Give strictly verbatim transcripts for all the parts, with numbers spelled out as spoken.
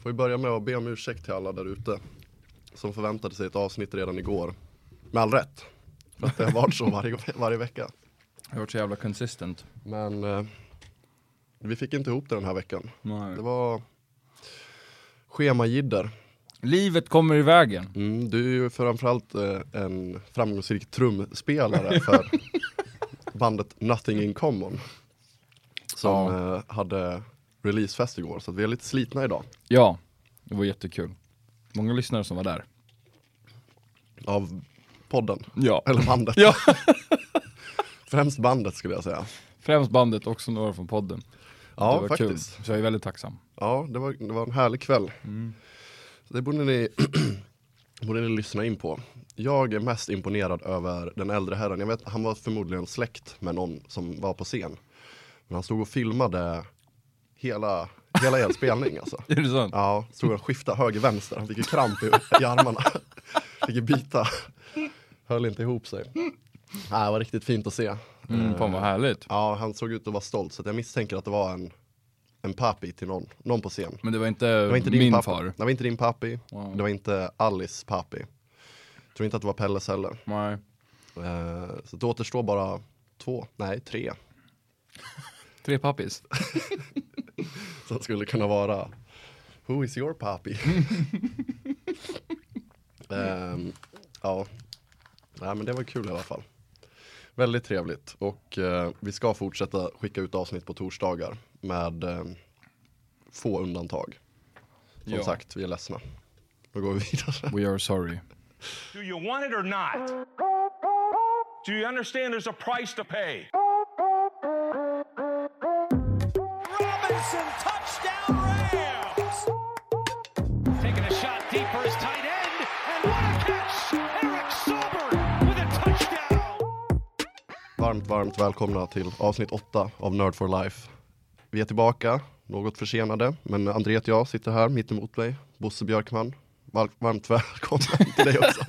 Får vi börja med att be om ursäkt till alla där ute som förväntade sig ett avsnitt redan igår. Med all rätt. För att det har varit så varje, varje vecka. Det har varit så jävla consistent. Men eh, vi fick inte ihop det den här veckan. Nej. Det var schemajidder. Livet kommer i vägen. Mm, du är ju framförallt eh, en framgångsrik trumspelare för bandet Nothing in Common. Som Ja. eh, hade releasefest igår. Så att vi är lite slitna idag. Ja, det var jättekul. Många lyssnare som var där. Av podden. Ja. Eller bandet. Ja. Främst bandet skulle jag säga. Främst bandet, också några från podden. Ja, det var faktiskt. Kul. Så jag är väldigt tacksam. Ja, det var, det var en härlig kväll. Mm. Så det borde ni, borde ni lyssna in på. Jag är mest imponerad över den äldre herren. Jag vet, han var förmodligen släkt med någon som var på scen. Men han stod och filmade hela, hela er spelning alltså. Är det sant? Ja, stod och skiftade höger-vänster. Han fick ju kramp i, i armarna. Fick ju bita. Höll inte ihop sig. Nej, det var riktigt fint att se. Mm, fan vad härligt. Ja, han såg ut att vara stolt. Så att jag misstänker att det var en, en papi till någon, någon på scen. Men det var inte, Det var inte din min pappa. far. Det var inte din papi. Wow. Det var inte Alice papi. Jag tror inte att det var Pelles heller. Nej. Eh, så det återstår bara två, nej tre. Tre pappis. Som skulle kunna vara Who is your papi? eh, ja. Nej, men det var kul i alla fall. Väldigt trevligt. Och eh, vi ska fortsätta skicka ut avsnitt på torsdagar. Med eh, få undantag. Som Ja. sagt, vi är ledsna. Då går vi vidare. We are sorry. Do you want it or not? Do you understand there's a price to pay? Robinson, touchdown Rams! Taking a shot deep for his tight end, and what a catch! Eric Sauber with a touchdown! Varmt, varmt välkomna till avsnitt åtta av Nerd for Life. Vi är tillbaka, något försenade, men André och jag sitter här mitt emot mig. Bosse Björkman, Var- varmt välkommen till dig också.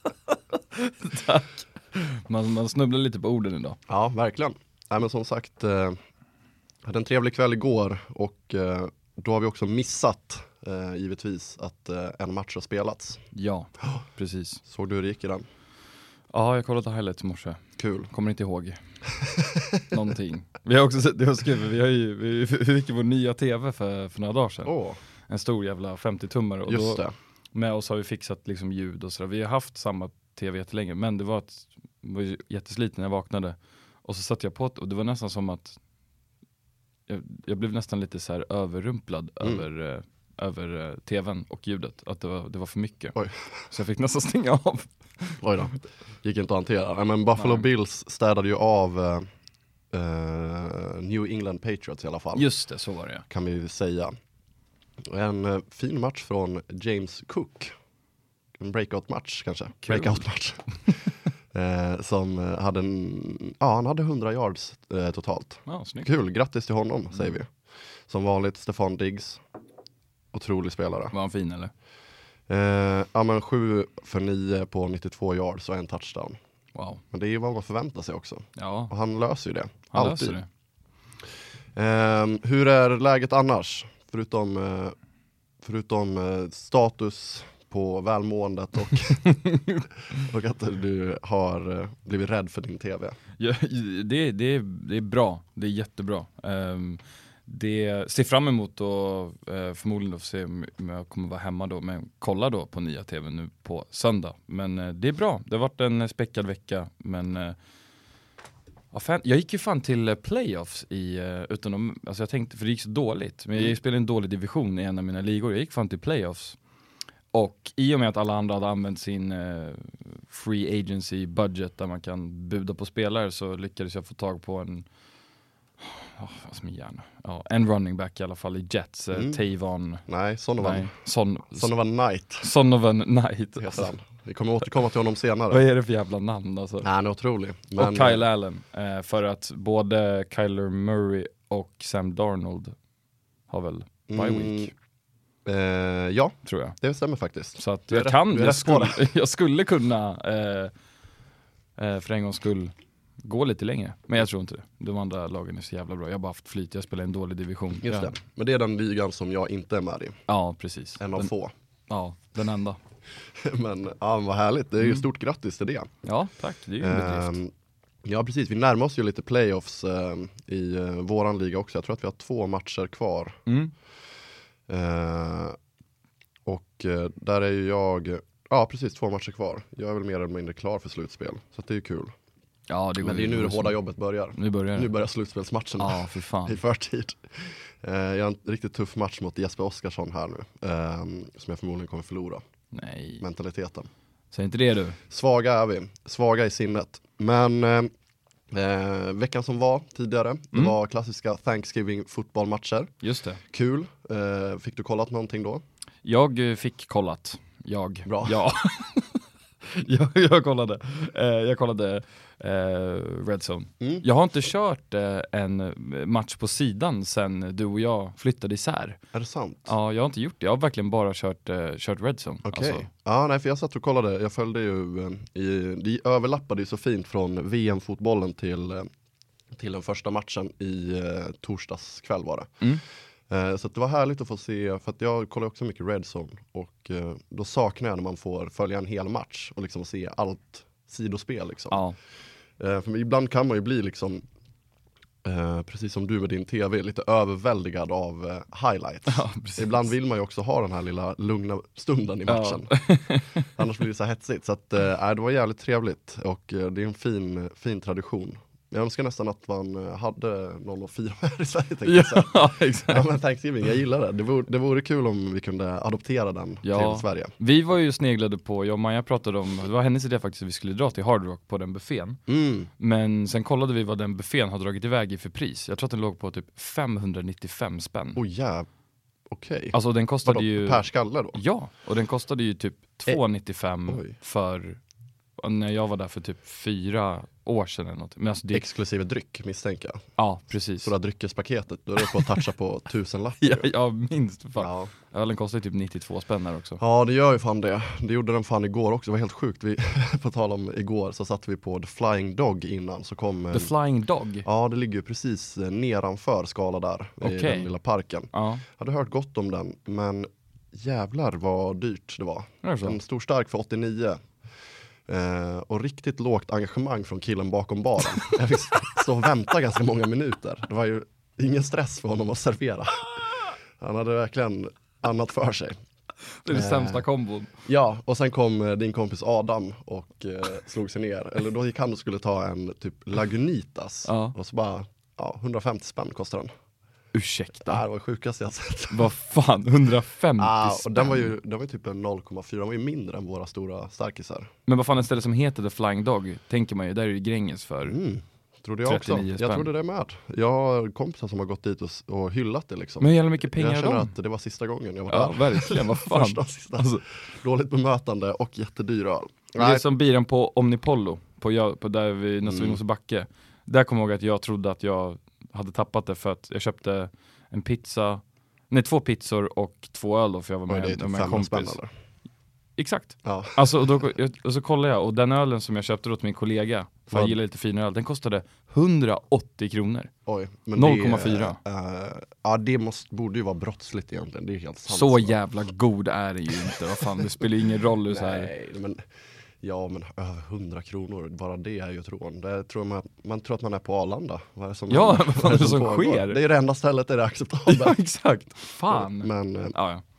Tack. Man, man snubblar lite på orden idag. Ja, verkligen. Nej, men som sagt, eh, hade en trevlig kväll igår och eh, då har vi också missat eh, givetvis att eh, en match har spelats. Ja, precis. Såg du hur det gick i den? Ja, jag kollade highlights i morse. Kul. Kommer inte ihåg någonting. Vi har också sett, det har skrivit, vi har ju, vi, vi fick ju vår nya tv för, för några dagar sedan. Åh, En stor jävla femtio-tummare. Och just då, det. med oss har vi fixat liksom ljud och sådär. Vi har haft samma tv jättelänge, men det var, ett, var ju jättesliten när jag vaknade. Och så satt jag på det och det var nästan som att jag, jag blev nästan lite så här överrumplad Mm. över, eh, över eh, tvn och ljudet. Att det var, det var för mycket. Oj. Så jag fick nästan stänga av. Oj då. Gick inte att hantera. Nej, men Buffalo Nej. Bills städade ju av eh, eh, New England Patriots i alla fall. Just det, så var det. Kan vi säga. En eh, fin match från James Cook. En breakout-match kanske. Kul. Breakout-match. eh, som eh, hade en, ja, han hade hundra yards eh, totalt. Ja, snyggt. Kul, grattis till honom Mm. säger vi. Som vanligt, Stefan Diggs. Otrolig spelare. Var han fin eller? Eh, ja men sju för nio på nittiotvå yards och en touchdown. Wow. Men det är ju vad man förväntar sig också. Ja, Och han löser ju det. han Alltid. löser det. Eh, hur är läget annars? Förutom, eh, förutom eh, status på välmåendet och, och att du har eh, blivit rädd för din tv. Ja, det, det, är, det är bra, det är jättebra. Um, det ser fram emot och uh, förmodligen då få se om jag kommer vara hemma då, men kolla då på nya tv nu på söndag. Men uh, det är bra, det har varit en späckad vecka, men uh, ja, fan, jag gick ju fan till uh, playoffs i, uh, utan om, alltså jag tänkte, för det gick så dåligt, men jag spelade en dålig division i en av mina ligor, jag gick fan till playoffs. Och i och med att alla andra hade använt sin eh, free agency budget där man kan buda på spelare, så lyckades jag få tag på en oh, vad som är gärna. Ja, en running back i alla fall i Jets, eh, Mm. Tavon. Nej, Sonovan. Nej, Son, Sonovan Knight Son of a Knight. heter Alltså, han. Vi kommer återkomma till honom senare. vad är det för jävla namn alltså? Nej, han är otrolig. Men, Och Kyle Allen, eh, för att både Kyler Murray och Sam Darnold har väl bye Mm, week, eh, ja, tror jag. det stämmer faktiskt. Så att Du är jag rätt- kan, du är jag rätt på skulle, jag skulle kunna eh, eh, för en gångs skull gå lite längre. Men jag tror inte det. De andra lagen är så jävla bra. Jag har bara haft flyt, jag spelar en dålig division. Just ja. det. Men det är den ligan som jag inte är med i. Ja, precis. En av den, få. Ja, den enda. Men ja, vad härligt. Det är ju Mm. stort grattis till det. Ja, tack. Det är ju en bedrift. Ehm, ja, precis. Vi närmar oss ju lite playoffs eh, i eh, våran liga också. Jag tror att vi har två matcher kvar. Mm. Eh, och eh, där är ju jag... Ja, precis. Två matcher kvar. Jag är väl mer eller mindre klar för slutspel. Så att det är ju kul. Ja, det går Men det är ju- nu det hårda jobbet börjar. Nu börjar det. Nu börjar slutspelsmatchen Ja, för i fan. förtid. Eh, jag har en riktigt tuff match mot Jesper Oskarsson här nu. Eh, som jag förmodligen kommer förlora. Nej, Mentaliteten. säg inte det du. Svaga är vi. Svaga i sinnet. Men eh, eh, veckan som var tidigare. Det Mm. var klassiska Thanksgiving fotbollmatcher. Just det. Kul. Eh, fick du kollat någonting då? Jag eh, fick kollat. Jag. Bra. Ja. jag, jag kollade. Eh, jag kollade eh, Red Zone. Mm. Jag har inte kört eh, en match på sidan sen du och jag flyttade isär. Är det sant? Ja, jag har inte gjort det. Jag har verkligen bara kört, eh, kört Red Zone. Okej. Alltså, Ja, nej, för jag satt och kollade. Jag följde ju eh, i, de överlappade ju så fint från V M-fotbollen till, eh, till den första matchen i eh, torsdags kväll var det. Mm. Eh, så att det var härligt att få se, för att jag kollar också mycket Red Zone och eh, då saknar jag när man får följa en hel match och liksom se allt sidospel liksom. ja. Eh, för ibland kan man ju bli liksom eh, precis som du med din tv, lite överväldigad av eh, highlights. Ja, precis. Ibland vill man ju också ha den här lilla lugna stunden i matchen. Annars blir det så här hetsigt. Så att, eh, det var jävligt trevligt och eh, det är en fin, fin tradition. Jag önskar nästan att man eh, hade någon att fira här i Sverige. tänkte jag säga. Ja, exakt. Ja, men Thanksgiving, jag gillar det. Det vore, det vore kul om vi kunde adoptera den Ja. till Sverige. Vi var ju sneglade på, jag och Maja pratade om, det var hennes idé faktiskt att vi skulle dra till Hard Rock på den buffén. Mm. Men sen kollade vi vad den buffén har dragit iväg i för pris. Jag tror att den låg på typ femhundranittiofem spänn. Oh ja, okej. Alltså den kostade Vadå, ju... per skalle då? Ja, och den kostade ju typ tvåhundranittiofem Oj. för... När jag var där för typ fyra år sedan eller något. Men alltså det... Exklusive dryck misstänker jag. Ja, precis. Så det här dryckespaketet, då är det på att toucha på tusen lapp. Ja, ja, minst fan. Ja. Ja, den kostade typ nittiotvå spänn här också. Ja, det gör ju fan det. Det gjorde den fan igår också. Det var helt sjukt. Vi, på tal om igår så satt vi på The Flying Dog innan. Så kom, eh, The Flying Dog? ja, det ligger ju precis eh, nedanför Skala där. I Okej. den lilla parken. Ja. Jag hade hört gott om den, men jävlar vad dyrt det var. Är det så? En stor stark för åttionio. Eh, och riktigt lågt engagemang från killen bakom baren. Jag fick stå och vänta ganska många minuter. Det var ju ingen stress för honom att servera. Han hade verkligen annat för sig. Det är den Eh. sämsta kombon. Ja, och sen kom eh, din kompis Adam och eh, slog sig ner. Eller då gick han och skulle ta en typ Lagunitas. Ja. Och så bara, ja, hundrafemtio spänn kostar den. Ursäkta. Det här var det sjukaste jag sett. Vad fan, hundrafemtio Ah, och spänn. den var ju, den var ju typ en noll komma fyra, den var ju mindre än våra stora starkisar. Men vad fan, ett ställe som heter The Flying Dog, tänker man ju, där är det Gränges för. Mm. Trodde jag också. trettionio spänn. Jag trodde det med. Jag har kompisar som har gått dit och, s- och hyllat det liksom. Men hur jävla mycket pengar jag är känner de? att det var sista gången jag var Ja, där. verkligen, vad fan. Första och sista. Alltså, Dåligt bemötande och jättedyr öl. det är som bilen på Omnipollo, på, jag, på där vid Nostrovimos backe. Där kommer jag ihåg att jag trodde att jag hade tappat det för att jag köpte en pizza, nej två pizzor och två öl då, för jag var Oj, med, det är typ med en fem spänn kompis. eller? Exakt. Ja. Alltså, och, då, och så kollade jag, och den ölen som jag köpte åt min kollega, för Vad? jag gillar lite finare öl, den kostade hundraåttio kronor. Oj, men noll det- komma fyra. eh, ja, det måste, borde ju vara brottsligt egentligen. Det är helt sant. Så jävla god är det ju inte, vad fan, det spelar ingen roll hur så här. Nej, men ja, men över hundra kronor, bara det är ju ett rån. Det tror man, man tror att man är på Arlanda. Vad är det som, Ja, vad fan är det som pågår? sker? Det är det enda stället där det är acceptabelt. Ja, exakt. Fan. Men eh, Ja, ja.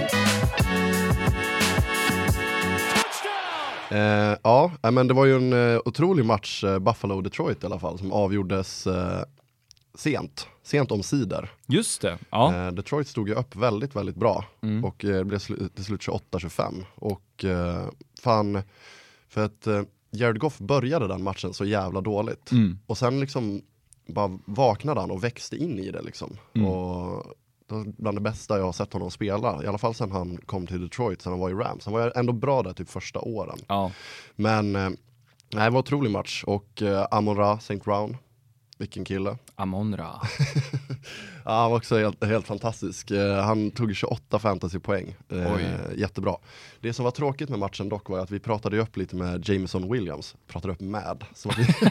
eh, ja, nej, men det var ju en eh, otrolig match, eh, Buffalo-Detroit i alla fall, som avgjordes eh, sent. Sent om sidor. Just det, ja. Eh, Detroit stod ju upp väldigt, väldigt bra. Mm. Och eh, det blev sl- till slut tjugoåtta tjugofem. Och eh, fan, för att eh, Jared Goff började den matchen så jävla dåligt. Mm. Och sen liksom bara vaknade han och växte in i det liksom. Mm. Och det var bland det bästa jag har sett honom spela. I alla fall sen han kom till Detroit, sen han var i Rams. Han var ändå bra där typ första åren. Ja. Men eh, nej, det var en otrolig match. Och eh, Amon-Ra Saint Brown, vilken kille. Amon-Ra. Ja, han var också helt, helt fantastisk. Eh, han tog tjugoåtta fantasypoäng. Eh, Oj. jättebra. Det som var tråkigt med matchen dock var att vi pratade ju upp lite med Jameson Williams. Pratade upp med. Som att vi,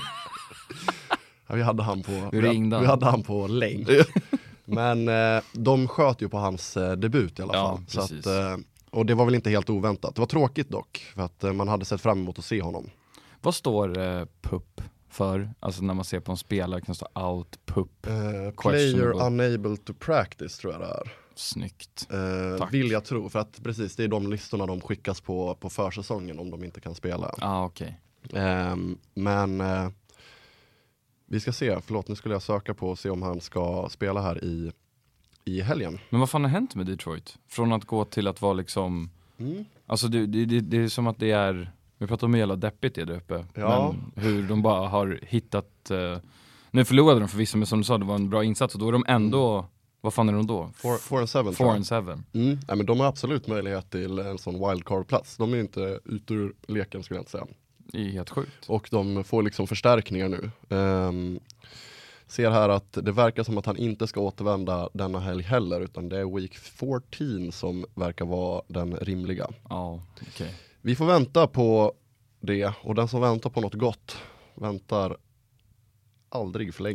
Ja, vi hade han på, Vi ringde vi han. hade han på länk. Men eh, de sköt ju på hans eh, debut i alla Ja, fall. Så precis. att, eh, och det var väl inte helt oväntat. Det var tråkigt dock, för att eh, man hade sett fram emot att se honom. Vad står eh, P U P för? Alltså när man ser på en spelare kan det stå out, P U P. Eh, Questionable. player unable to practice tror jag det är. Snyggt. Eh, Tack. vill jag tro, för att precis det är de listorna de skickas på, på försäsongen om de inte kan spela. Ja, ah, okej. Eh, men eh, vi ska se, förlåt nu skulle jag söka på och se om han ska spela här i, i helgen. Men vad fan har hänt med Detroit? Från att gå till att vara liksom... Mm. Alltså det, det, det, det är som att det är... Vi pratar om hur jävla deppigt det är där uppe. Ja. Men hur de bara har hittat... Uh, nu förlorade de förvisso, men som du sa, det var en bra insats. Och då är de ändå... Mm. Vad fan är de då? Four, four and seven. Four and seven. Mm. Ja, men de har absolut möjlighet till en sån wildcard-plats. De är ju inte ut ur leken skulle jag inte säga. Det är helt sjukt. Och de får liksom förstärkningar nu. Um, ser här att det verkar som att han inte ska återvända denna helg heller, utan det är week fjorton som verkar vara den rimliga. Ja, okej. Okay. Vi får vänta på det, och den som väntar på något gott väntar aldrig för länge.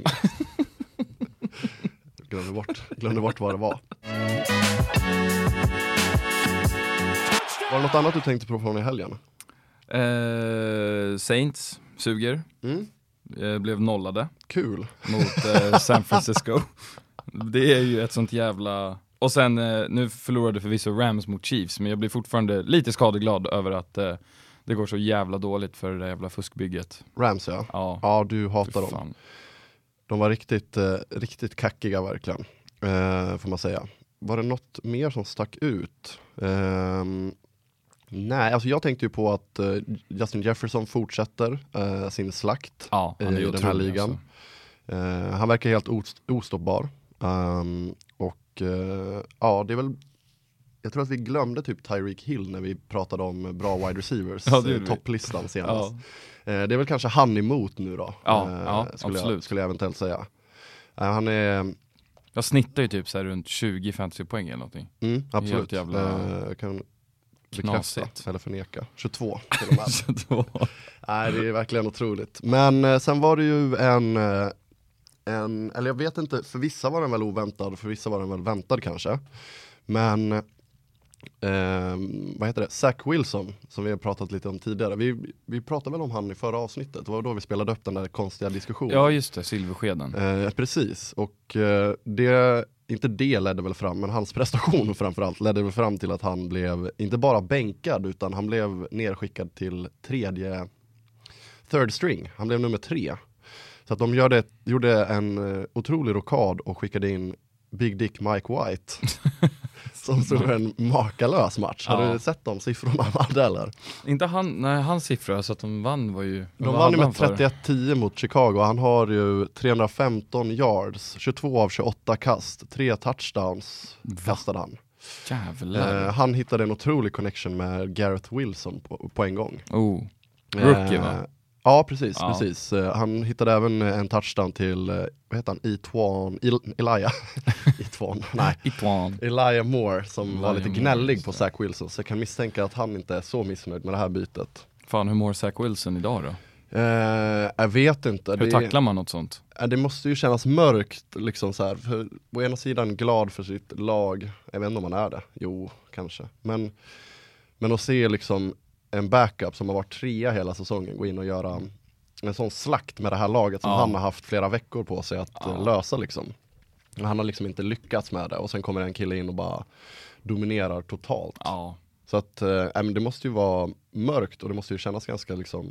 glömde, bort, glömde bort vad det var. Var det något annat du tänkte på från i helgen? Eh, Saints suger. Mm. Eh, blev nollade. Kul. Mot eh, San Francisco. Det är ju ett sånt jävla... Och sen, eh, nu förlorade förvisso Rams mot Chiefs, men jag blir fortfarande lite skadeglad över att eh, det går så jävla dåligt för det jävla fuskbygget. Rams ja. Ja, Ja, du hatar fy dem. fan. De var riktigt, eh, riktigt kackiga verkligen, eh, får man säga. Var det något mer som stack ut? Eh, nej, alltså jag tänkte ju på att eh, Justin Jefferson fortsätter eh, sin slakt Ja, han är i ju den här otrolig, ligan. alltså. Eh, han verkar helt ost- ostoppbar. Um, och eh, ja, det är väl... Jag tror att vi glömde typ Tyreek Hill när vi pratade om bra wide receivers. Ja, det eh, gjorde vi. topplistan senast. Ja. Eh, det är väl kanske han emot nu då. Ja, eh, ja, skulle, jag, absolut. skulle jag eventuellt säga. Eh, han är... Jag snittar ju typ så här runt tjugo fantasypoäng eller någonting. Mm, absolut. Helt jävla eh, kan knasigt. bekräfta eller förneka. tjugotvå till och med. Så Nej, det är verkligen otroligt. Men eh, sen var det ju en, eh, en, eller jag vet inte, för vissa var den väl oväntad, för vissa var den väl väntad kanske. Men, eh, vad heter det? Zach Wilson, som vi har pratat lite om tidigare. Vi, vi pratade väl om han i förra avsnittet, det var då vi spelade upp den där konstiga diskussionen. Ja, just det, silverskeden. Eh, precis, och eh, det, inte det ledde väl fram, men hans prestation framförallt ledde väl fram till att han blev inte bara bänkad, utan han blev nerskickad till tredje, third string. Han blev nummer tre. Så att de gjorde, gjorde en uh, otrolig rockad och skickade in Big Dick Mike White. Som stod för en makalös match. Har Ja. du sett de siffrorna han hade eller? Inte han, nej, hans siffror, så att de vann var ju... De vad vann hade ju han med för? trettioett tio mot Chicago. Han har ju trehundrafemton yards, tjugotvå av tjugoåtta kast, tre touchdowns kastade han. Jävlar. Eh, han hittade en otrolig connection med Garrett Wilson på, på en gång. Oh. Rookie, va? Ja, precis. Ja. precis. Eh, han hittade även en touchdown till, eh, vad heter han, Etwan, El- Elijah. Etwan, nej. Itwan. Elijah Moore som Elijah var lite Moore, gnällig just på det. Zach Wilson. Så jag kan misstänka att han inte är så missnöjd med det här bytet. Fan, hur mår Zach Wilson idag då? Eh, jag vet inte. Hur Det, tacklar man något sånt? eh, det måste ju kännas mörkt liksom så här. För, å ena sidan glad för sitt lag. Jag vet inte om man är det. Jo, kanske. Men, men att se liksom en backup som har varit trea hela säsongen gå in och göra en sån slakt med det här laget som Ja. han har haft flera veckor på sig att Ja. eh, lösa liksom. Och han har liksom inte lyckats med det. Och sen kommer en kille in och bara dominerar totalt. Ja. Så att eh, äh, men det måste ju vara mörkt och det måste ju kännas ganska liksom,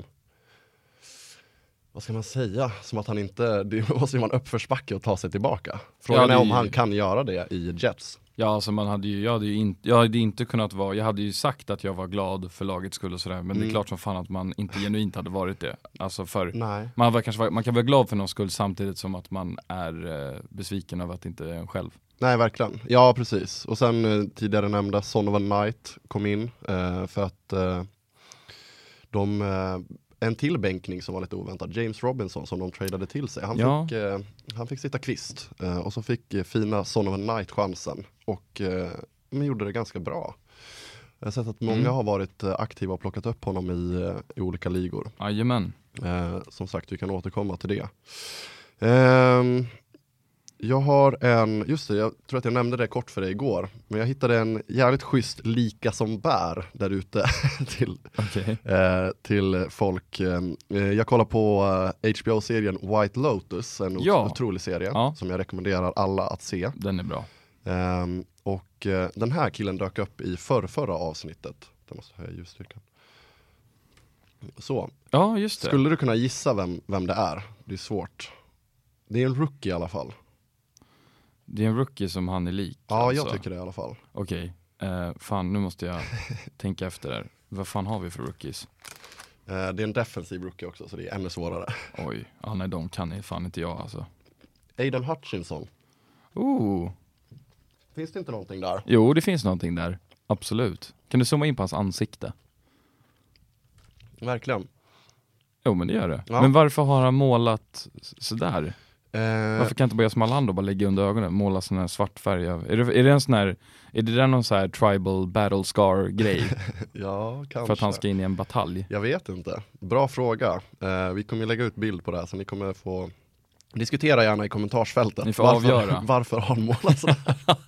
vad ska man säga, som att han inte, det måste ju vara en uppförsbacke att ta sig tillbaka. Frågan Ja, det är är om ju- han kan göra det i Jets. Ja, alltså man hade ju, jag hade ju inte, jag hade inte kunnat vara, jag hade ju sagt att jag var glad för lagets skull och sådär, men det Mm. är klart som fan att man inte genuint hade varit det. Alltså för, Nej. man, var, kanske, var- man kan vara glad för någon skull samtidigt som att man är eh, besviken över att det inte är en själv. Nej, verkligen. Ja, precis. Och sen eh, tidigare nämnda Son of a Knight kom in eh, för att eh, de, eh, en till bänkning som var lite oväntad, James Robinson som de tradade till sig. Han, Ja. fick, eh, han fick sitta kvist eh, och så fick eh, fina Son of a Knight chansen och eh, men gjorde det ganska bra. Jag har sett att många Mm. har varit eh, aktiva och plockat upp honom i, eh, i olika ligor. Jajamän. Eh, som sagt, vi kan återkomma till det. Eh, jag har en, just det, jag tror att jag nämnde det kort för dig igår. Men jag hittade en jävligt schysst lika som bär där ute till, Okay. eh, till folk. Eh, jag kollar på eh, H B O-serien White Lotus, en Ja. otrolig serie Ja. som jag rekommenderar alla att se. Den är bra. Eh, och eh, den här killen dök upp i förra, förra avsnittet. Jag måste höja ljusstyrkan. Så. Ja, just det. Skulle du kunna gissa vem, vem det är? Det är svårt. Det är en rookie i alla fall. Det är en rookie som han är lik. Ja, alltså. jag tycker det i alla fall. Okej, eh, fan nu måste jag tänka efter där. Vad fan har vi för rookies? Eh, det är en defensiv rookie också, så det är ännu svårare. Oj, ja, nej, de kan ju fan inte jag alltså. Aiden Hutchinson. Oh, Finns det inte någonting där? jo det finns någonting där. Absolut. Kan du zooma in på hans ansikte? Verkligen. Jo men det gör det. Ja. Men varför har han målat s- sådär? Eh, Varför kan jag inte bara göra som alla andra och bara lägga under ögonen? Måla sån här svart färg av. Är det, är det en sån här, är det där någon sån här tribal battle scar grej? ja, kanske. För att han ska in i en batalj? Jag vet inte. Bra fråga. Eh, vi kommer lägga ut bild på det här, så ni kommer få diskutera gärna i kommentarsfältet. Ni får varför, avgöra. Varför har han målat sådär?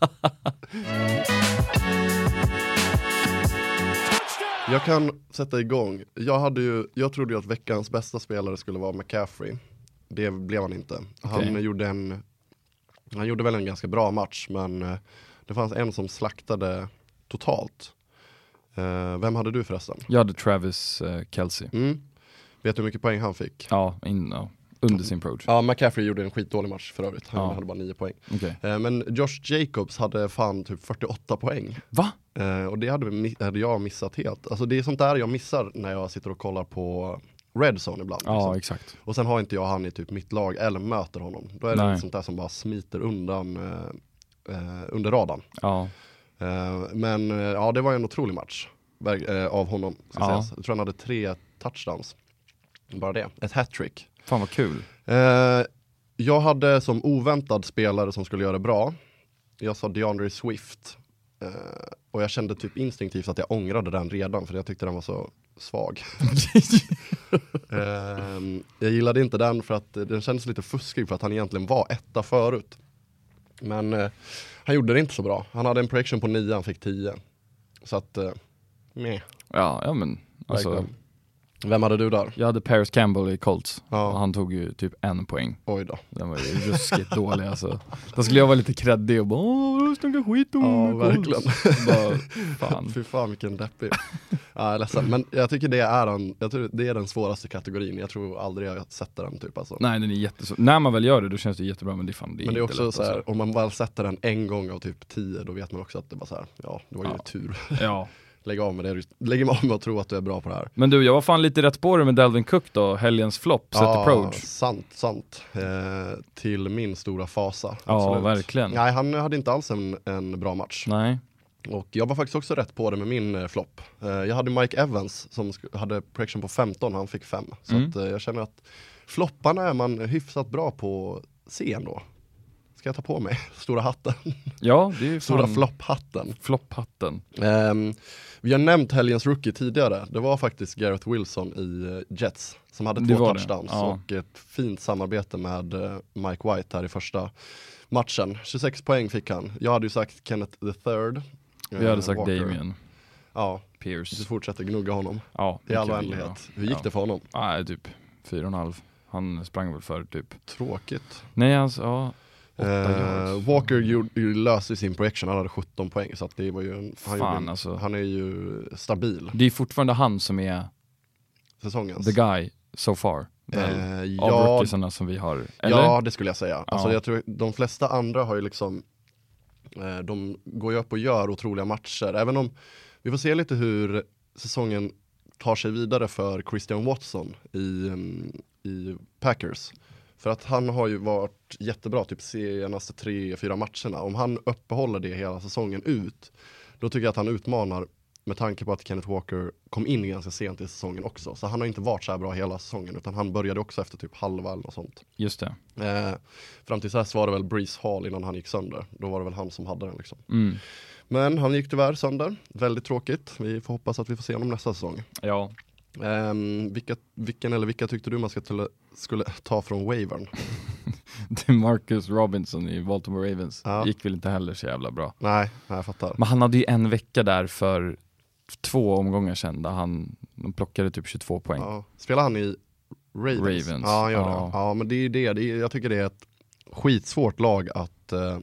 Jag kan sätta igång. Jag, hade ju, jag trodde ju att veckans bästa spelare skulle vara McCaffrey. Det blev han inte. Han, Okej. gjorde en, han gjorde väl en ganska bra match, men eh, det fanns en som slaktade totalt. Eh, vem hade du förresten? Jag hade Travis uh, Kelce. Mm. Vet du hur mycket poäng han fick? Ja, in, ja, under sin approach. Ja, McCaffrey gjorde en skitdålig match för övrigt. Han Ja. hade bara nio poäng. Okej. Eh, men Josh Jacobs hade fan typ fyrtioåtta poäng. Va? Eh, och det hade, mi- hade jag missat helt. Alltså det är sånt där jag missar när jag sitter och kollar på Red Zone ibland. Ja, liksom. exakt. Och sen har inte jag han i typ mitt lag eller möter honom. Då är det Nej. sånt där som bara smiter undan eh, eh, under radarn. Ja. Eh, men eh, ja, det var en otrolig match verk- eh, av honom. Ska Ja. sägas. Jag tror han hade tre touchdowns. Bara det. Ett hattrick. Fan vad kul. Eh, jag hade som oväntad spelare som skulle göra det bra. Jag sa DeAndre Swift. Eh, och jag kände typ instinktivt att jag ångrade den redan, för jag tyckte den var så svag. eh, jag gillade inte den för att den kändes lite fuskig, för att han egentligen var etta förut. Men eh, han gjorde det inte så bra. Han hade en projection på nio, han fick tio. Så att, eh, meh. Ja, ja men alltså, Verkligen. Vem hade du där? jag hade Paris Campbell i Colts. Ja. Och han tog ju typ en poäng. Oj då. Den var ju ruskigt dålig alltså. Då skulle jag vara lite kreddig och bara åh, jag snackar skit om Ja, Colts. verkligen. Bara, fan. Fy fan vilken deppig. Ja, jag är ledsen. Men jag tycker det är, en, jag tror det är den svåraste kategorin. Jag tror aldrig jag sätter den typ alltså. Nej, den är jättesvår. När man väl gör det då känns det jättebra, men det är fan det är Men det är inte också lätt, så här, alltså. om man väl sätter den en gång av typ tio, då vet man också att det bara så här, ja, det var ju Ja. tur. Ja. Lägg av med det. Lägg av med att tro att du är bra på det här. Men du, jag var fan lite rätt på det med Dalvin Cook då, helgens flopp, set approach. sant, sant. Eh, till min stora fasa. Ja, Absolut. verkligen. Nej, han hade inte alls en, en bra match. Nej. Och jag var faktiskt också rätt på det med min eh, flopp. Eh, jag hade Mike Evans som sk- hade projection på femton, han fick fem. Så Mm. att, eh, jag känner att flopparna är man hyfsat bra på scen då. Ska jag ta på mig stora hatten? Ja, det är ju Stora fan flopphatten. flopphatten. Um, vi har nämnt helgens rookie tidigare. Det var faktiskt Garrett Wilson i uh, Jets som hade Det två var det, touchdowns ja. och ett fint samarbete med uh, Mike White här i första matchen. tjugosex poäng fick han. Jag hade ju sagt Kenneth the third. Vi hade sagt Damien Ja, vi Pierce. fortsätter gnugga honom Ja, i all mycket oändlighet. bra. Hur gick Ja. det för honom? Nej, typ fyra och en halv. Han sprang väl för typ. Tråkigt. Nej, alltså, ja. Åtta Uh, yards. Walker gjorde, ju löste sin projection, han hade sjutton poäng. Så att det var ju en, han, Fan, gjorde, alltså. han är ju stabil. Det är fortfarande han som är Säsongens. the guy so far. Väl, Eh, av ja, rookiesarna som vi har. Eller? Ja, det skulle jag säga. Alltså, Ja. jag tror de flesta andra har ju liksom eh, de går ju upp och gör otroliga matcher. Även om vi får se lite hur säsongen tar sig vidare för Christian Watson i, um, i Packers. För att han har ju varit jättebra typ senaste tre, fyra matcherna. Om han uppehåller det hela säsongen ut, då tycker jag att han utmanar, med tanke på att Kenneth Walker kom in ganska sent i säsongen också. Så han har inte varit så här bra hela säsongen, utan han började också efter typ halva eller något sånt. Just det. Eh, fram tills dess var det väl Breece Hall innan han gick sönder. Då var det väl han som hade den liksom. Mm. Men han gick tyvärr sönder. Väldigt tråkigt. Vi får hoppas att vi får se honom nästa säsong. Ja. Um, vilka, vilken eller vilka tyckte du man ska tulla, skulle ta från wavern? DeMarcus Robinson i Baltimore Ravens Ja. gick väl inte heller så jävla bra. Nej, jag fattar. Men han hade ju en vecka där för två omgångar sedan där han de plockade typ tjugotvå poäng. Ja. Spelar han i Ravens? Ravens. Ja, han gör Ja. det. Ja, men det är det. det är, jag tycker det är ett skitsvårt lag att, uh,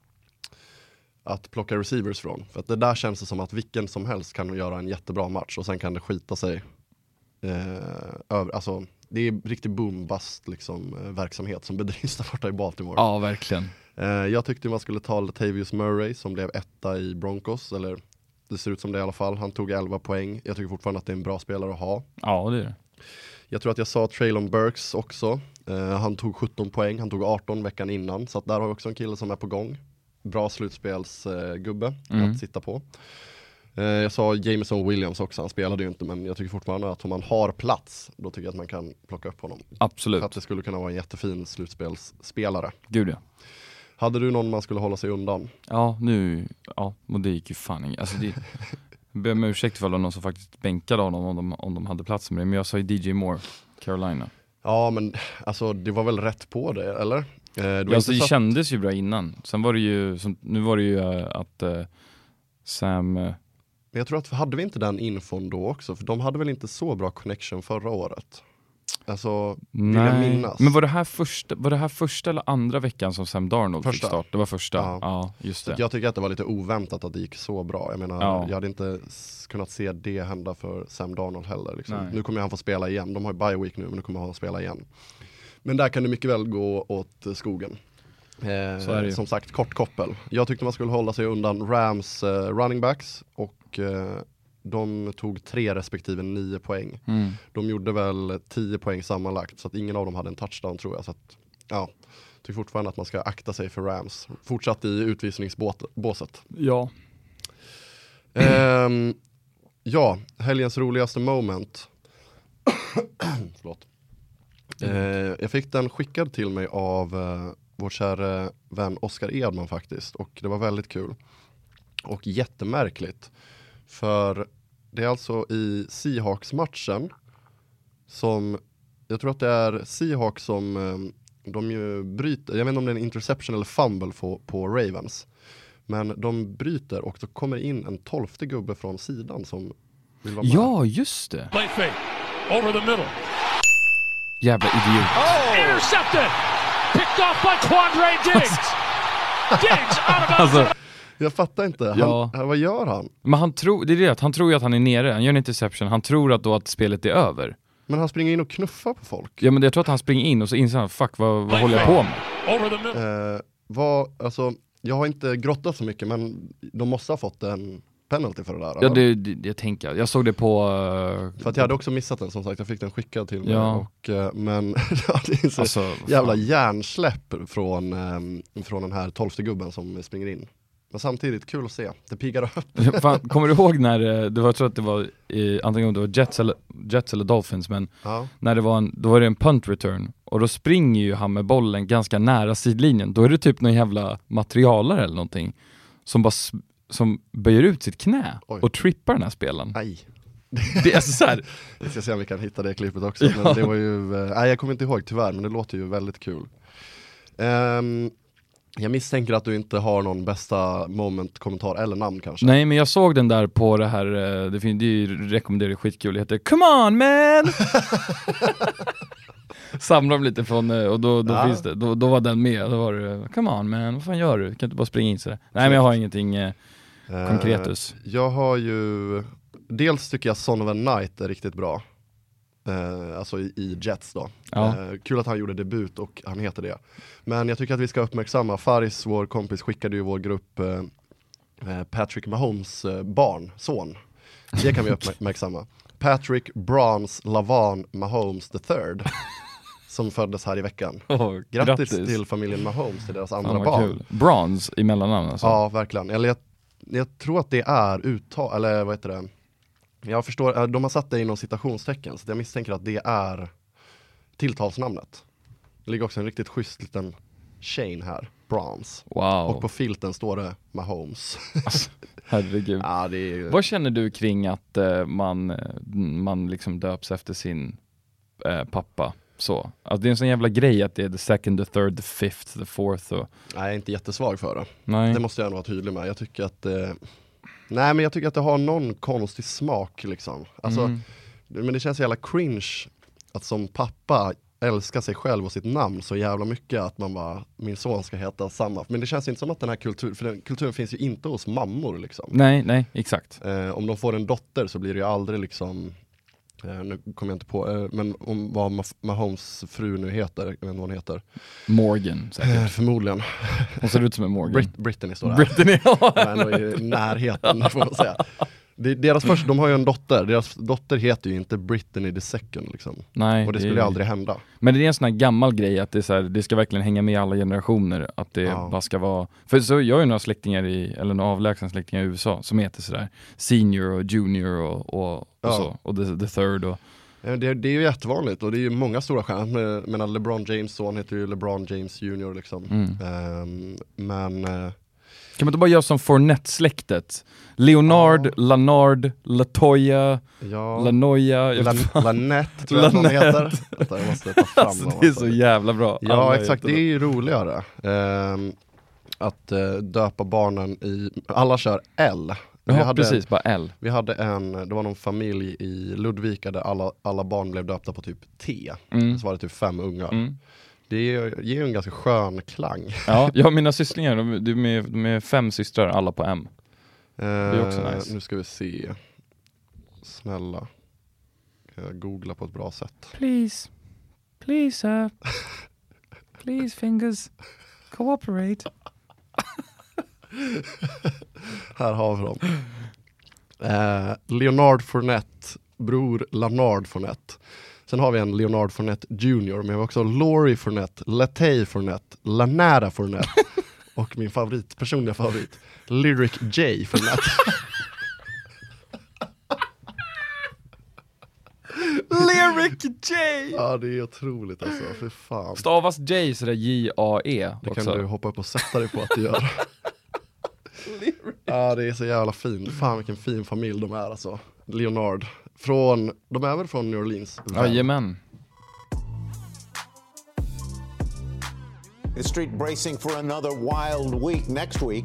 att plocka receivers från. För att det där känns det som att vilken som helst kan göra en jättebra match och sen kan det skita sig. Uh, över, alltså, det är riktigt boom-bust liksom, uh, verksamhet som bedrivs där borta i Baltimore. Ja, verkligen. Uh, jag tyckte man skulle ta Latavius Murray som blev etta i Broncos, eller det ser ut som det i alla fall. Han tog elva poäng. Jag tycker fortfarande att det är en bra spelare att ha. Ja, det är det. Jag tror att jag sa Traylon Burks också. Uh, han tog sjutton poäng, han tog arton veckan innan. Så att där har vi också en kille som är på gång. Bra slutspelsgubbe uh, Mm. att sitta på. Uh, jag sa Jameson Williams också, han spelade ju inte. Men jag tycker fortfarande att om man har plats, då tycker jag att man kan plocka upp honom. Absolut. För att det skulle kunna vara en jättefin slutspelsspelare. Gud ja. Hade du någon man skulle hålla sig undan? Ja, nu, ja, och det gick ju fan inget. Alltså det, jag ber om ursäkt för någon som faktiskt bänkade honom om de, om de hade plats med det. Men jag sa ju D J Moore, Carolina. Ja, men alltså det var väl rätt på det, eller? Eh, det var Ja, alltså, det så att- kändes ju bra innan. Sen var det ju, som, nu var det ju äh, att äh, Sam... Äh, Men jag tror att, hade vi inte den infon då också? För de hade väl inte så bra connection förra året? Alltså, vill jag nej. minnas. Men var det, här första, var det här första eller andra veckan som Sam Darnold fick Första. start? Det var första, Ja. ja, just Så det. att jag tycker att det var lite oväntat att det gick så bra. Jag menar, Ja. jag hade inte s- kunnat se det hända för Sam Darnold heller. Liksom. Nej. Nu kommer han få spela igen. De har ju bye week nu, men nu kommer han spela igen. Men där kan det mycket väl gå åt eh, skogen. Eh, Så är det ju. som sagt, kort koppel. Jag tyckte man skulle hålla sig undan Rams eh, running backs och eh, de tog tre respektive nio poäng. Mm. De gjorde väl tio poäng sammanlagt så att ingen av dem hade en touchdown tror jag. Så att, ja, jag tycker fortfarande att man ska akta sig för Rams. Fortsatt i utvisningsbåset. Ja. Ehm, ja, helgens roligaste moment. Förlåt. Eh, jag fick den skickad till mig av eh, vår kära vän Oskar Edman faktiskt. Och det var väldigt kul. Och jättemärkligt. För det är alltså i Seahawks-matchen som, jag tror att det är Seahawks som eh, de ju bryter, jag vet inte om det är en interception eller fumble på, på Ravens. Men de bryter och då kommer in en tolfte gubbe från sidan som vill vara med. Ja, just det. Play fake. Over the middle. Jävla idiot. Oh! Intercepted! Picked off by Quandre Diggs! Diggs out of bounds! Alltså, Jag fattar inte, han, Ja. han, vad gör han? men han tror, det är det, att han tror ju att han är nere. Han gör en interception. Han tror att då att spelet är över. Men han springer in och knuffar på folk. Ja, men jag tror att han springer in och så inser han, fuck, vad, vad håller jag på med? Over the middle. Eh, vad, alltså, jag har inte grottat så mycket men de måste ha fått en penalty för det där. Ja, eller? det, det jag tänker. Jag såg det på... Uh, För att jag hade också missat den som sagt, jag fick den skickad till mig. Ja. Och, eh, men ja, det är så alltså, vad jävla fan. hjärnsläpp från, eh, från den här tolfte gubben som springer in. Men samtidigt kul att se, det piggar upp. Fan, kommer du ihåg när eh, det var, jag tror att det var eh, antingen om det var Jets eller, Jets eller Dolphins, men Ja. när det var en, då var det en punt return och då springer ju han med bollen ganska nära sidlinjen. Då är det typ någon jävla materialare eller någonting som bara s- som böjer ut sitt knä Oj. och trippar den här spelaren. Aj. Det är alltså så här, Vi ska se om vi kan hitta det klippet också. Ja. Men det var ju, eh, nej jag kommer inte ihåg tyvärr, men det låter ju väldigt kul. Ehm, jag misstänker att du inte har någon bästa moment, kommentar eller namn kanske. nej, men jag såg den där på det här, eh, det finns det är ju rekommenderat skitkul, det heter Come on man! Samlar de lite från, eh, och då, då Ja. finns det, då, då var den med, då var det Come on man, vad fan gör du? Kan du inte bara springa in sådär? Nej, men jag har ingenting eh, Eh, konkretus. Jag har ju, dels tycker jag Son of a Night är riktigt bra. Eh, alltså i, i Jets då. Ja. Eh, kul att han gjorde debut och han heter det. Men jag tycker att vi ska uppmärksamma, Faris, vår kompis, skickade ju vår grupp eh, eh, Patrick Mahomes eh, barn, son. Det kan vi uppmärksamma. Patrick Bronze Lavan Mahomes the third. Som föddes här i veckan. Oh, Grattis, till familjen Mahomes, till deras andra Fan, vad barn. kul. Bronze i mellannamn alltså. Ja, verkligen. Eller jag, jag tror att det är uttal, eller vad heter det? Jag förstår, de har satt det inom citationstecken, så jag misstänker att det är tilltalsnamnet. Det ligger också en riktigt schysst liten Shane här, bronze. Wow. Och på filten står det Mahomes. Alltså, herregud. Ja, det är ju... Vad känner du kring att uh, man, man liksom döps efter sin uh, pappa? Så. Alltså, det är en sån jävla grej att det är the second, the third, the fifth, the fourth. Och... Nej, jag är inte jättesvag för det. Nej. Det måste jag nog vara tydlig med. Jag tycker att eh... Nej, men jag tycker att det har någon konstig smak liksom. Alltså, Mm. men det känns jävla cringe att som pappa älska sig själv och sitt namn så jävla mycket att man bara, min son ska heta samma. Men det känns inte som att den här kulturen, för den kulturen finns ju inte hos mammor liksom. Nej, nej, exakt. Eh, om de får en dotter så blir det ju aldrig liksom, eh, nu kommer jag inte på, eh, men om vad Mah- Mahomes fru nu heter, jag vet inte vad hon heter. Morgan, säkert. Eh, förmodligen. Hon ser ut som en Morgan. Brit- Brittany står där. Brittany, ja. Men ändå i närheten får man säga. Det, deras första, de har ju en dotter, deras dotter heter ju inte Brittany the second liksom. Nej, Och det skulle är- ju aldrig hända. Men det är en sån här gammal grej att det, är så här, det ska verkligen hänga med i alla generationer. Att det Ja. bara ska vara... För så jag har ju några släktingar i, eller några avlägsna släktingar i U S A som heter sådär senior och junior och, och, och Ja. så. Och the, the third och... Eh, Det, det är ju jättevanligt och det är ju många stora stjärnor. Men LeBron James son heter ju LeBron James junior liksom. Mm. Ehm, men eh, Kan man inte bara göra som Fournette-släktet? Leonard, Ja. Lanard, Latoya, ja, Lanoya. jag vet Lan- fan. Lanette tror jag att de Lanette. heter. Vänta, jag måste ta fram Alltså, dem, det är alltså. så jävla bra. Ja, Alla exakt, det heter är ju roligare. Ehm, att eh, döpa barnen i, alla kör L. Vi Ja, hade, precis, bara L. vi hade en, det var någon familj i Ludvika där alla, alla barn blev döpta på typ T. Mm. Så var det typ fem ungar. Mm. Det ger ju en ganska skön klang. Ja, jag har mina sysslingar, de, de, är, de är fem systrar, alla på M. är också nice. Nu ska vi se. Snälla. Kan jag googla på ett bra sätt? Please, please sir, please fingers, cooperate. Här har vi dem. Eh, Leonard Fournette, bror Lanard Fournette. Sen har vi en Leonard Fournette junior, men vi har också Laurie Fournette, Latay Fournette, Lanara Fournette och min favorit, personliga favorit, Lyric J Fournette. Lyric J! Ja, det är otroligt alltså, för fan. Stavas J sådär J A E Det också. kan du hoppa upp och sätta dig på att du gör. Ja, det är så jävla fint. Fan vilken fin familj de är alltså. Leonard. Från, de är väl från New Orleans? Jajamän. The street bracing for another wild week next week.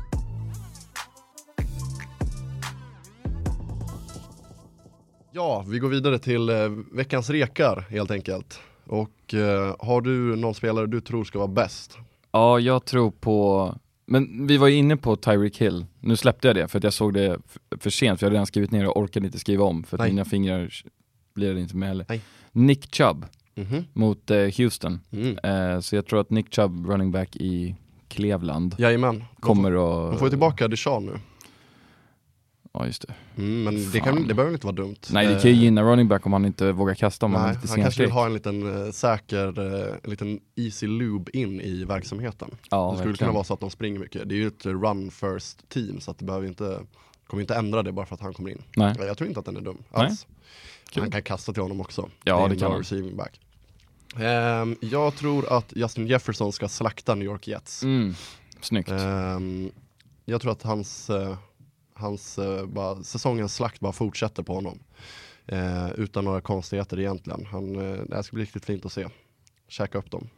Ja, vi går vidare till eh, veckans rekar helt enkelt. Och eh, har du någon spelare du tror ska vara bäst? Ja, jag tror på... Men vi var ju inne på Tyreek Hill. Nu släppte jag det för att jag såg det f- för sent. För jag hade redan skrivit ner och orkade inte skriva om. För att Nej. mina fingrar blir det inte med heller. Nej. Nick Chubb Mhm. mot eh, Houston. Mm. Eh, så jag tror att Nick Chubb, running back i Cleveland, Jajamän. kommer De får, att... de får ju tillbaka Deshaun nu. Ja, just det. Mm, men det, Fan. kan, det behöver inte vara dumt. Nej, det Eh, kan ju gynna running back om han inte vågar kasta om han Nej, är lite han kanske vill sensträck. ha en liten eh, säker, eh, en liten easy lube in i verksamheten. Ja, Det skulle verkligen. kunna vara så att de springer mycket. Det är ju ett run first team så att det behöver inte, kommer inte ändra det bara för att han kommer in. Nej. Jag tror inte att den är dum Nej. alls. Han kan kasta till honom också. Ja, är det en kan bra han. receiving back. Ehm, jag tror att Justin Jefferson ska slakta New York Jets. Mm. Snyggt. Ehm, jag tror att hans, eh, hans eh, bara, säsongens slakt bara fortsätter på honom. Eh, utan några konstigheter egentligen. Han, eh, det här ska bli riktigt fint att se. Käka upp dem.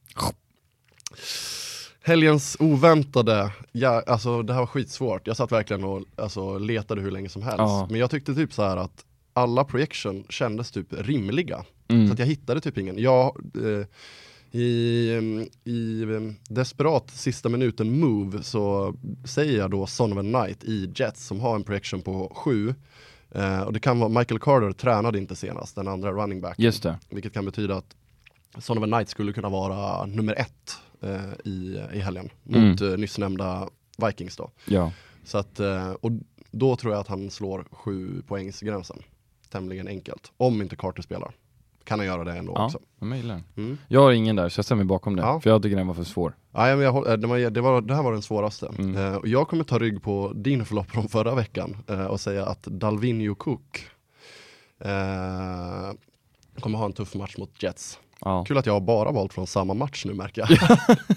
Helgens oväntade, ja, alltså det här var skitsvårt. Jag satt verkligen och alltså, letade hur länge som helst. Ja. Men jag tyckte typ så här att alla projection kändes typ rimliga. Mm. Så att jag hittade typ ingen. Jag, eh, i, em, i em, desperat sista minuten move så säger jag då Son of a Knight i Jets som har en projection på sju. Eh, och det kan vara, Michael Carter tränade inte senast, den andra running back. Just det. Vilket kan betyda att Son of a Knight skulle kunna vara nummer ett eh, i, i helgen mot Mm. eh, nyss nämnda Vikings då. Ja. Så att, eh, och då tror jag att han slår sju poängsgränsen. Tämligen enkelt. Om inte Carter spelar. Kan han göra det ändå Ja, också. jag gillar den. Mm. Jag har ingen där så jag ställer mig bakom det. Ja. För jag tycker den var för svår. Ja, men jag, håll- eh, det, var, det, var, det här var den svåraste. Mm. Eh, och jag kommer ta rygg på din förlopp från förra veckan eh, och säga att Dalvin Cook eh, kommer ha en tuff match mot Jets. Ja. Kul att jag har bara valt från samma match nu, märker jag.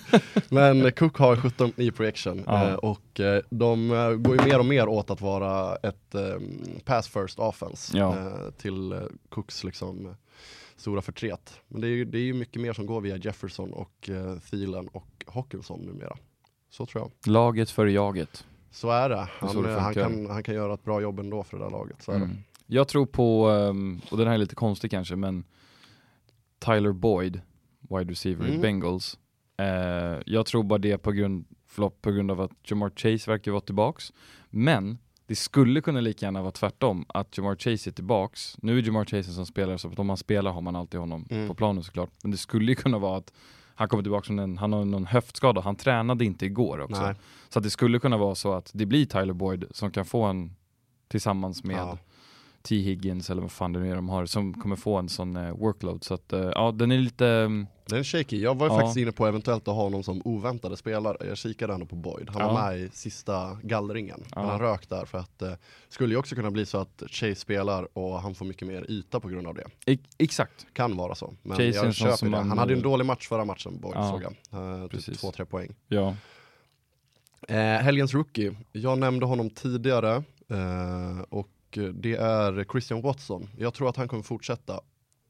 Men Cook har sjutton i projection. Ja. Eh, och eh, de eh, går ju mer och mer åt att vara ett eh, pass first offense. Ja. Eh, till eh, Cooks liksom eh, stora förtret. Men det är ju, det är ju mycket mer som går via Jefferson och eh, Thielen och Hawkinson numera. Så tror jag. Laget för jaget. Så är det. Han, så det eh, han, funkar. kan, han kan göra ett bra jobb ändå för det där laget. Så är Mm. det. Jag tror på, um, och den här är lite konstig kanske, men Tyler Boyd, wide receiver i Mm. Bengals. Uh, jag tror bara det på grund, förlåt, på grund av att Jamar Chase verkar vara tillbaks. Men det skulle kunna lika gärna vara tvärtom, att Jamar Chase är tillbaks. Nu är Jamar Chase som spelare, så att om man spelar har man alltid honom Mm. på planen såklart. Men det skulle ju kunna vara att han kommer tillbaka från en, han har någon höftskada. Han tränade inte igår också. Nej. Så att det skulle kunna vara så att det blir Tyler Boyd som kan få en tillsammans med Ja. T. Higgins eller vad fan det nu är de har, som kommer få en sån eh, workload. Så att, eh, ja, den är lite... Um, Den är shaky. Jag var ju Ja. faktiskt inne på eventuellt att ha honom som oväntade spelare. Jag kikade ändå på Boyd. Han Ja. var med i sista gallringen. Ja. Men han rök där för att det eh, skulle ju också kunna bli så att Chase spelar och han får mycket mer yta på grund av det. e- exakt. Kan vara så. Men Chase är en jag sån köper som det. man- Han hade ju en dålig match förra matchen, Boyd, Ja. såg jag. Eh, typ Precis. två, tre poäng. Ja. Eh, helgens rookie. Jag nämnde honom tidigare. Eh, och det är Christian Watson. Jag tror att han kommer fortsätta.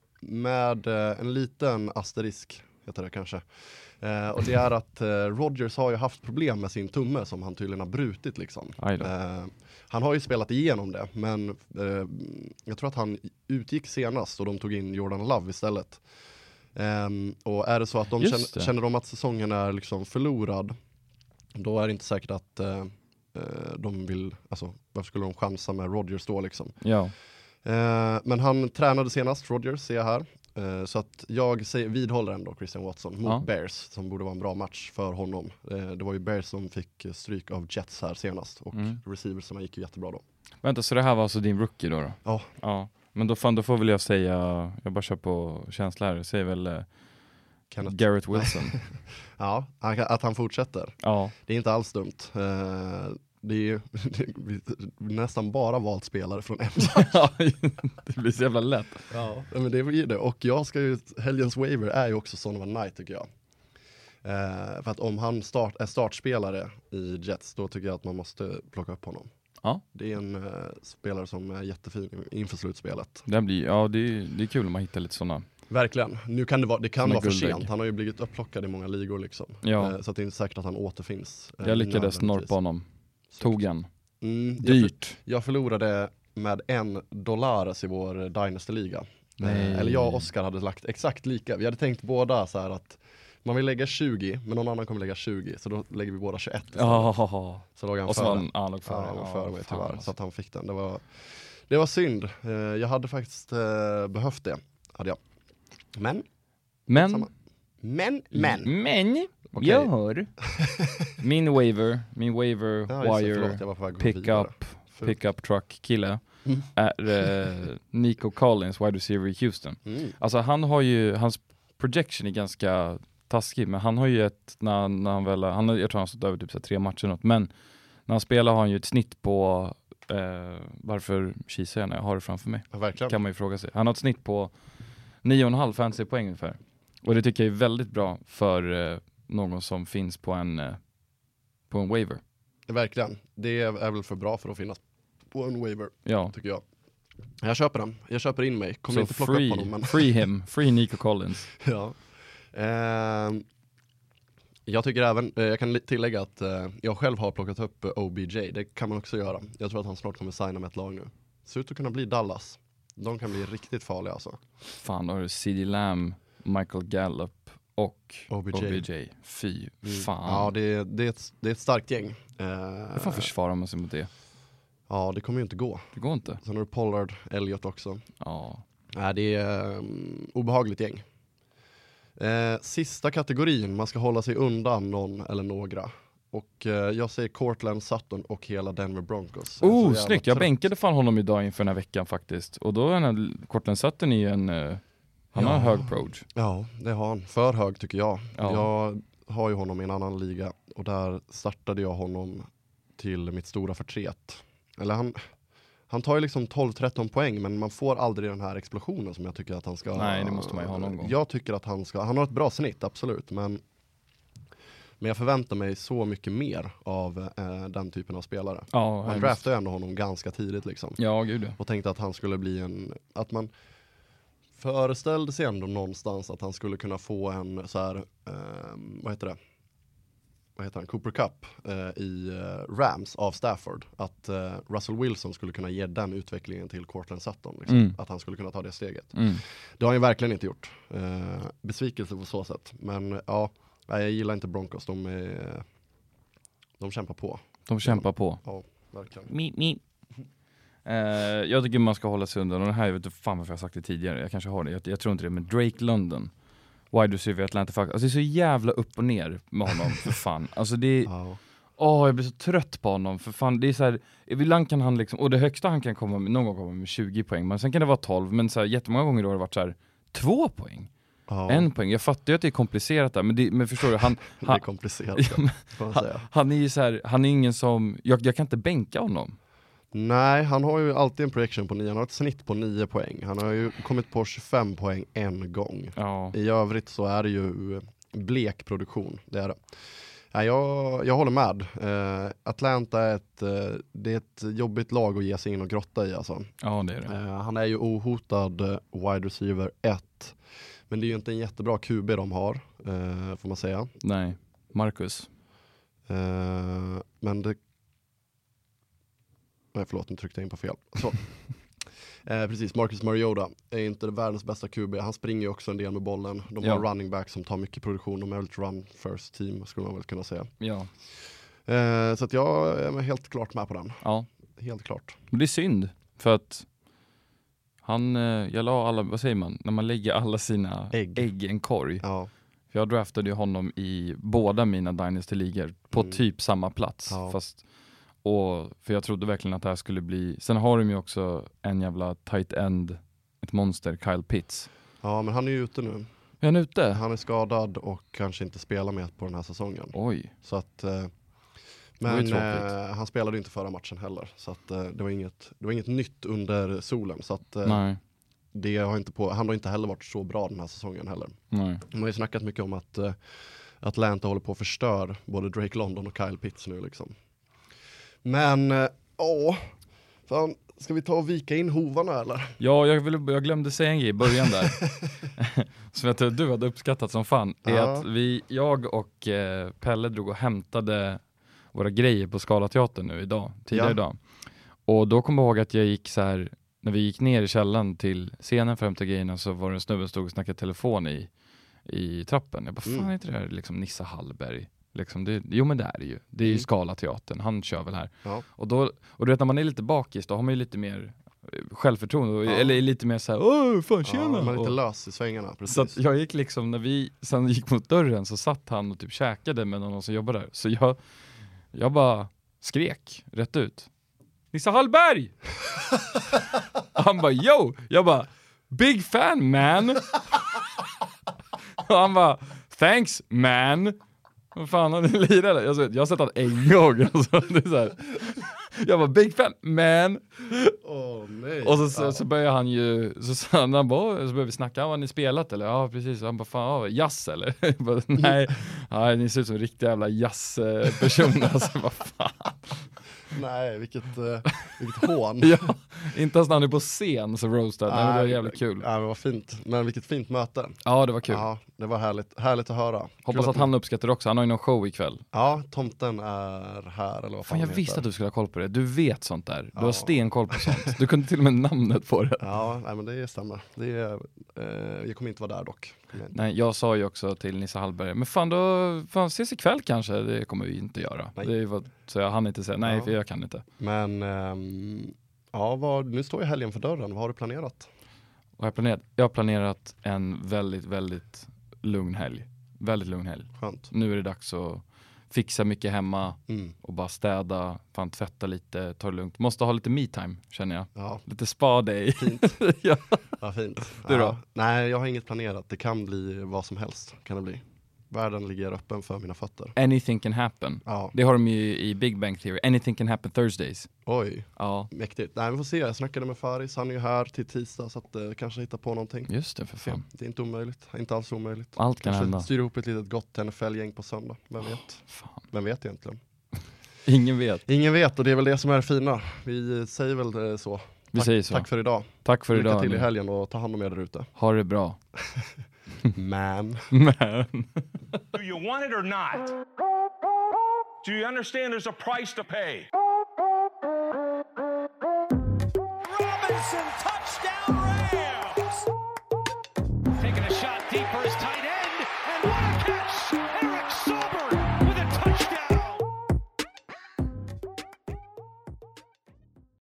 Med eh, en liten asterisk, heter det kanske. Eh, och det är att eh, Rodgers har ju haft problem med sin tumme som han tydligen har brutit liksom. Aj då. Eh, han har ju spelat igenom det, men eh, jag tror att han utgick senast och de tog in Jordan Love istället. Eh, och är det så att de Just känner, det. känner de att säsongen är liksom förlorad, då är det inte säkert att eh, eh, de vill, alltså varför skulle de chansa med Rodgers då liksom? Ja. Eh, men han tränade senast, Rodgers, ser jag här. Eh, så att jag säger, vidhåller ändå Christian Watson mot Ja. Bears, som borde vara en bra match för honom. Eh, det var ju Bears som fick stryk av Jets här senast, och Mm. receiversarna gick ju jättebra då. Vänta, så det här var alltså din rookie då? då? Ja. Ja. Men då, fan, då får väl jag säga, jag bara kör på känsla här, jag säger väl eh, Kenneth. Garrett Wilson. Ja, han kan- att han fortsätter. Ja. Det är inte alls dumt. Eh, det är ju vi- nästan bara valt spelare från en Ja, det blir så jävla lätt. Ja, men det blir det. Och jag ska ju, helgens waiver är ju också Son of a Night, tycker jag. Eh, för att om han start, är startspelare i Jets, då tycker jag att man måste plocka upp honom. Ja. Det är en eh, spelare som är jättefin inför slutspelet. Det blir, ja, det är, det är kul om man hittar lite sådana. Verkligen. Nu kan det vara, det kan Som är vara för guldägg. sent. Han har ju blivit upplockad i många ligor liksom. Ja. Eh, så att det är inte säkert att han återfinns. eh, Jag lyckades nödvändigtvis. norpa honom. Tog en. Mm, jag, Dyrt. jag förlorade med en dollares i vår Dynasty-liga. Nej. Eh, eller jag och Oskar hade lagt exakt lika. Vi hade tänkt båda så här att man vill lägga tjugo, men någon annan kommer lägga tjugo. Så då lägger vi båda tjugoett istället. Ja. Så låg han Och så före. var han, ja, han låg före. Ja, han var Ja, före mig fan, tyvärr. alltså. Så att han fick den. Det var, det var synd. Eh, jag hade faktiskt eh, behövt det. Hade jag. Men, Men, samma. men, men. men, Okej. jag hör. Min waiver, min waiver Ja, just det, wire förlåt, jag var på väg att gå vidare. pickup, Fult. pickup truck kille Mm. är eh, Nico Collins, wide receiver i Houston. Mm. Alltså han har ju, hans projection är ganska taskig, men han har ju ett, när, när han väl, han har, jag tror han har stått över typ så här tre matcher eller något, men när han spelar har han ju ett snitt på, eh, varför kisar jag när jag har det framför mig? Ja, verkligen. Kan man ju fråga sig. Han har ett snitt på nio komma fem fantasy poäng ungefär. Och det tycker jag är väldigt bra för eh, någon som finns på en, eh, på en waiver. Verkligen. Det är, är väl för bra för att finnas på en waiver, Ja. tycker jag. Jag köper den. Jag köper in mig. Kommer Så inte plocka free, upp honom, men free him, free Nico Collins. ja. Ehm, jag tycker även, eh, jag kan li- tillägga att eh, jag själv har plockat upp eh, O B J. Det kan man också göra. Jag tror att han snart kommer signa med ett lag nu. Ser ut att kunna bli Dallas. De kan bli riktigt farliga alltså. Fan, då har du C D Lamb, Michael Gallup och O B J. O B J. Fy fan. Ja, det, är- det, är ett, det är ett starkt gäng. Eh, Hur fan försvarar man sig mot det? ja, det kommer ju inte gå. Det går inte. Sen har du Pollard, Elliot också. Ja. Nej, det är um, obehagligt gäng. Eh, sista kategorin, man ska hålla sig undan någon eller några. Och eh, jag säger Cortland Sutton och hela Denver Broncos. Jag är så Oh, jävla snyggt. Jag trött. bänkade fan honom idag inför den här veckan faktiskt. Och då är den här Cortland Sutton är ju en, eh, han har en Ja. hög approach. Ja, det har han. För hög tycker jag. Ja. Jag har ju honom i en annan liga. Och där startade jag honom till mitt stora förtret. Eller han, han tar ju liksom tolv tretton poäng, men man får aldrig den här explosionen som jag tycker att han ska. Nej, det måste man ju ha någon gång. Jag tycker att han ska, han har ett bra snitt, absolut, men men jag förväntar mig så mycket mer av eh, den typen av spelare. Ja, man draftade ändå honom ganska tidigt liksom. Ja, gud ja. Och tänkte att han skulle bli en, att man föreställde sig ändå någonstans att han skulle kunna få en så här, eh, vad heter det? Vad heter han? Cooper Cup eh, i eh, Rams av Stafford. Att eh, Russell Wilson skulle kunna ge den utvecklingen till Courtland Sutton. Liksom. Mm. Att han skulle kunna ta det steget. Mm. Det har han ju verkligen inte gjort. Eh, besvikelse på så sätt. Men ja, jag gillar inte Broncos. De, är, de kämpar på. De kämpar på. Ja, verkligen. Mi, mi. Uh, jag tycker man ska hålla sig undan. Och det här, jag vet inte fan varför jag har sagt det tidigare. Jag kanske har det. Jag, jag tror inte det. Men Drake London, wide receiver i Atlanta Falcons. Alltså det är så jävla upp och ner med honom. För fan. Alltså det är... Ja. Åh, oh, jag blir så trött på honom. För fan, det är så här... Ibland kan han liksom... Och det högsta han kan komma med, någon gång komma med tjugo poäng. Men sen kan det vara tolv. Men så här, jättemånga gånger då har det varit så här... Två poäng. Ja. En poäng. Jag fattar ju att det är komplicerat där. Men, det, men förstår du, han... Det han är komplicerat. ja, men, man han, säga. han är ju så här... Han är ingen som... Jag, jag kan inte bänka honom. Nej, han har ju alltid en projection på nio. Han har ett snitt på nio poäng. Han har ju kommit på tjugofem poäng en gång. Ja. I övrigt så är det ju blek produktion. Det är det. Ja, jag, jag håller med. Uh, Atlanta är ett, uh, det är ett jobbigt lag att ge sig in och grotta i. Alltså. Ja, det är det. Uh, han är ju ohotad uh, wide receiver ett. Men det är ju inte en jättebra Q B de har, uh, får man säga. Nej, Marcus. Uh, men det... Nej, förlåt, nu tryckte jag in på fel. Så. Eh, precis, Marcus Mariota är inte det världens bästa Q B. Han springer ju också en del med bollen. De ja. har running back som tar mycket produktion. De är väl ett run first team, skulle man väl kunna säga. Ja. Eh, så att jag är helt klart med på den. Ja. Helt klart. Men det är synd, för att han, eh, jag la alla, vad säger man? När man lägger alla sina ägg, ägg i en korg. Ja. För jag draftade ju honom i båda mina Dynasty-ligor på Mm. typ samma plats. Ja. Fast, och, för jag trodde verkligen att det här skulle bli... Sen har de ju också en jävla tight end, ett monster, Kyle Pitts. Ja, men han är ju ute nu. Är han ute? Han är skadad och kanske inte spelar med på den här säsongen. Oj. Så att... Eh, var ju men tråkigt. eh, han spelade ju inte förra matchen heller. Så att eh, det var inget, det var inget nytt under solen. Så att... Eh, Nej. Det har inte på, han har inte heller varit så bra den här säsongen heller. Nej. Man har ju snackat mycket om att uh, Atlanta håller på att förstör både Drake London och Kyle Pitts nu liksom. Men, uh, åh, fan, ska vi ta och vika in hovarna eller? Ja, jag, vill, jag glömde säga en grej i början där. Som jag tror du hade uppskattat som fan. Är Ja. att vi, jag och eh, Pelle drog och hämtade våra grejer på Scalateatern nu idag, tidigare Ja. idag. Och då kom jag ihåg att jag gick så här, när vi gick ner i källaren till scenen för att hämta grejerna, så var det en snubbe som stod och snackade telefon i, i trappen. Jag bara, Mm. fan är inte det här liksom Nissa Hallberg? Liksom det, jo men det är det ju. Det är ju Mm. Scalateatern, han kör väl här. Ja. Och, då, och du vet när man är lite bakis, då har man ju lite mer eh, självförtroende. Och, Ja. eller lite mer så här, åh fan tjena. Ja, man är lite och, lös i svängarna, precis. så att jag gick liksom, när vi sen gick mot dörren så satt han och typ käkade med någon som jobbar där. Så jag, jag bara skrek rätt ut. Nissa Hallberg! Han bara, yo! Jag bara, big fan man! Och han bara, thanks man! Vad fan har ni lirat? Jag, jag har sett han en gång. Alltså, det är så här. Jag var big fan man! Åh nej. Och så, så, Ja. så började han ju, så sa han, han bara, så började vi snacka, har ni spelat eller? Ja precis, och han bara, fan, ja, jazz eller? Jag bara, nej, ja, ni ser ut som riktiga jävla jazzpersoner. Alltså, vad fan. Nej, vilket, uh, vilket hån. Ja, inte ens när han är på scen så roastad. Nej, men det var jävligt kul. Ja, men vad fint. Men vilket fint möte. Ja, det var kul. Ja, det var härligt, härligt att höra. Hoppas Kul att han uppskattar det också. Han har ju någon show ikväll. Ja, tomten är här, eller vad fan Fan, jag han visste heter. att du skulle ha koll på det. Du vet sånt där. Du Ja. har stenkoll på sånt. Du kunde till och med namnet på det. Ja, nej, men det stämmer. Det är, eh, jag kommer inte vara där dock. Kommer jag inte. Nej, jag sa ju också till Nissa Hallberg, men fan då, fan ses ikväll kanske. Det kommer vi inte göra. Nej. Det är vad, så jag hann inte säga, nej Ja. för jag kan inte. Men ehm, ja, vad, nu står ju helgen för dörren. Vad har du planerat? Och jag, har planerat, jag har planerat en väldigt, väldigt lugn helg. Väldigt lugn helg. Skönt. Nu är det dags att fixa mycket hemma Mm. och bara städa, fan tvätta lite, ta det lugnt. Måste ha lite me-time, känner jag. Ja, Lite spa-day. fint. Ja. Vad fint. Du då? Ja. Nej, jag har inget planerat. Det kan bli vad som helst. Kan det bli. Världen ligger öppen för mina fötter. Anything can happen. Ja. Det har de ju i Big Bang Theory. Anything can happen Thursdays. Oj, Ja, mäktigt. Nej, vi får se. Jag snackade med Faris. Han är ju här till tisdag så att uh, kanske hitta på någonting. just det, för fan. Det är inte omöjligt. Inte alls omöjligt. Allt kan Kanske hända. styr ihop ett litet gott N F L-gäng på söndag. Vem vet? Fan. Vem vet egentligen? Ingen vet. Ingen vet och det är väl det som är fina. Vi säger väl så. Vi tack, säger så. Tack för idag. Tack för Lycka idag. till i nu. helgen och ta hand om er där ute. Ha det bra. Man. Men... Do you want it or not? Do you understand there's a price to pay? Robinson touchdown.